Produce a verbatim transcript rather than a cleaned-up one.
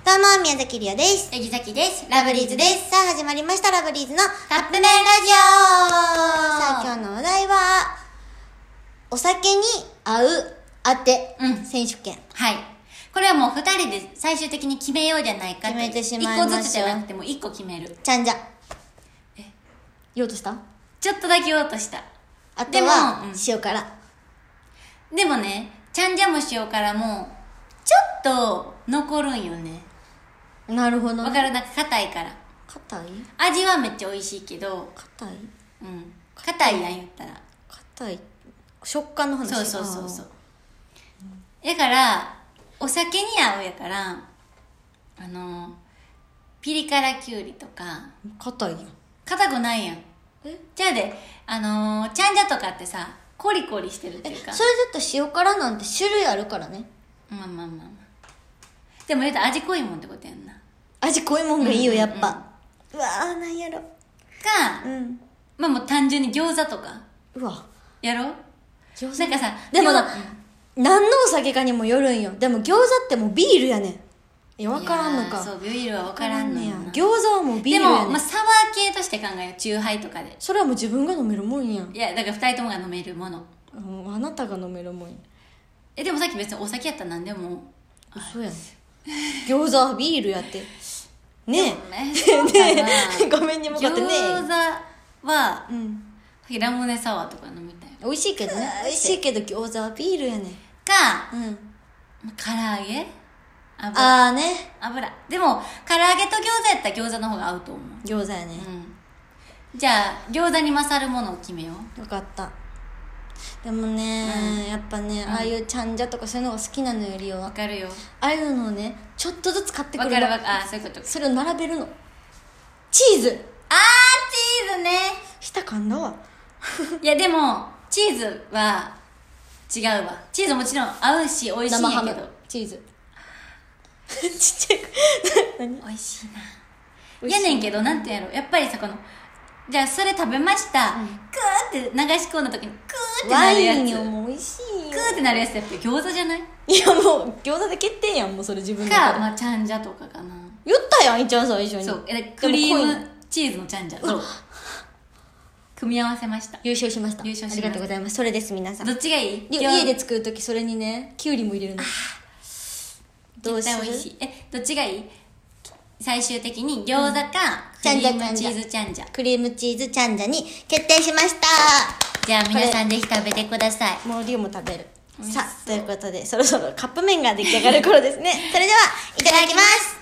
どうも、宮崎りおです。 ヤギザキです。ラブリーズです。 さあ、始まりました、ラブリーズのカップ麺ラジオ。 さあ、今日のお題は、お酒に合うあて、 うん、 選手権。 はい。これはもう二人で最終的に決めようじゃないかって。 決めてしまいましょう。 一個ずつじゃなくても一個決める。 ちゃんじゃ。 え言おうとした？ ちょっとだけ言おうとした。 あとは、 うん、 塩辛。 でもね、ちゃんじゃも塩辛も、ちょっと残るんよね。 なるほど。 わかる？なんか硬いから。 硬い？ 味はめっちゃ美味しいけど。 硬い？ うん。硬いやん言ったら。 硬い。食感の話。 そうそうそうそう。だから、お酒に合うやから、あの、ピリ辛きゅうりとか。 硬いやん。 硬くないやん。 え？ じゃあで、あのー、ちゃんじゃとかってさ、コリコリしてるっていうか。 それだったら塩辛なんて種類あるからね。 まあまあまあまあ。でも言うと味濃いもんってことやんな。 味濃いもんがいいよ、やっぱ。 うんうんうん、 うわー、なんやろ。 か、 うん。 まあもう単純に餃子とか。 うわ。 やろ？ 餃子なんかさ、 でもな、 うん、 何のお酒かにもよるんよ。でも餃子ってもうビールやねん。え、わからんのか。 そう、ビールはわからんのや。 餃子はもうビールやねん。 でも、まあサワー系として考えよう。チューハイとかで。 それはもう自分が飲めるもんやん。 いや、だから二人ともが飲めるもの。 うん、あなたが飲めるもんや。 え、でもさっき別にお酒やったら何でも。 そうやねん。餃子はビールやって。ねえ。 ねえ。画面に向かってねえ。 餃子は、 うん。 ラムネサワーとか飲みたい。 美味しいけどね。美味しいけど餃子はビールやねん。 か、 うん。 唐揚げ油。 あーね。 油。でも、唐揚げと餃子やったら餃子の方が合うと思う。 餃子やね。 うん。じゃあ、餃子に勝るものを決めよう。 よかった。でもね、うん、やっぱね、うん、ああいうちゃんじゃとかそういうのが好きなのよ、りおは。 わかるよ。 ああいうのをね、ちょっとずつ買ってくるの。 わかるわかる。あ、そういうこと。 それを並べるの。チーズ。 あー、チーズね。 舌噛んだわ。 いや、でも、チーズは違うわ。チーズもちろん合うし、美味しいんやけど。 チーズ。ちっちゃい。 何？美味しいな。やねんけど、なんてやろ。やっぱりさ、この、じゃあそれ食べました。うん、クーって流し込んだ時に、クーってなるやつ。ワインよ、 もう美味しいよ。 クーってなるやつってやっぱ餃子じゃない？ いや、もう餃子で決定やん、もうそれ自分の。 か、まあ、ちゃんじゃとかかな。 言ったやん、一番最初に。 そう。え、クリームチーズのちゃんじゃ。そう。組み合わせました。 優勝しました。 優勝しました。 ありがとうございます。それです、皆さん。 どっちがいい？ 家で作るときそれにね、きゅうりも入れるの。 どうする？絶対美味しい。え、どっちがいい？最終的に餃子か、クリームチーズちゃんじゃ。 クリームチーズちゃんじゃに決定しました。 じゃあ皆さんぜひ食べてください。 もうリオも食べる。さあ、ということで、そろそろカップ麺が出来上がる頃ですね。それでは、いただきます。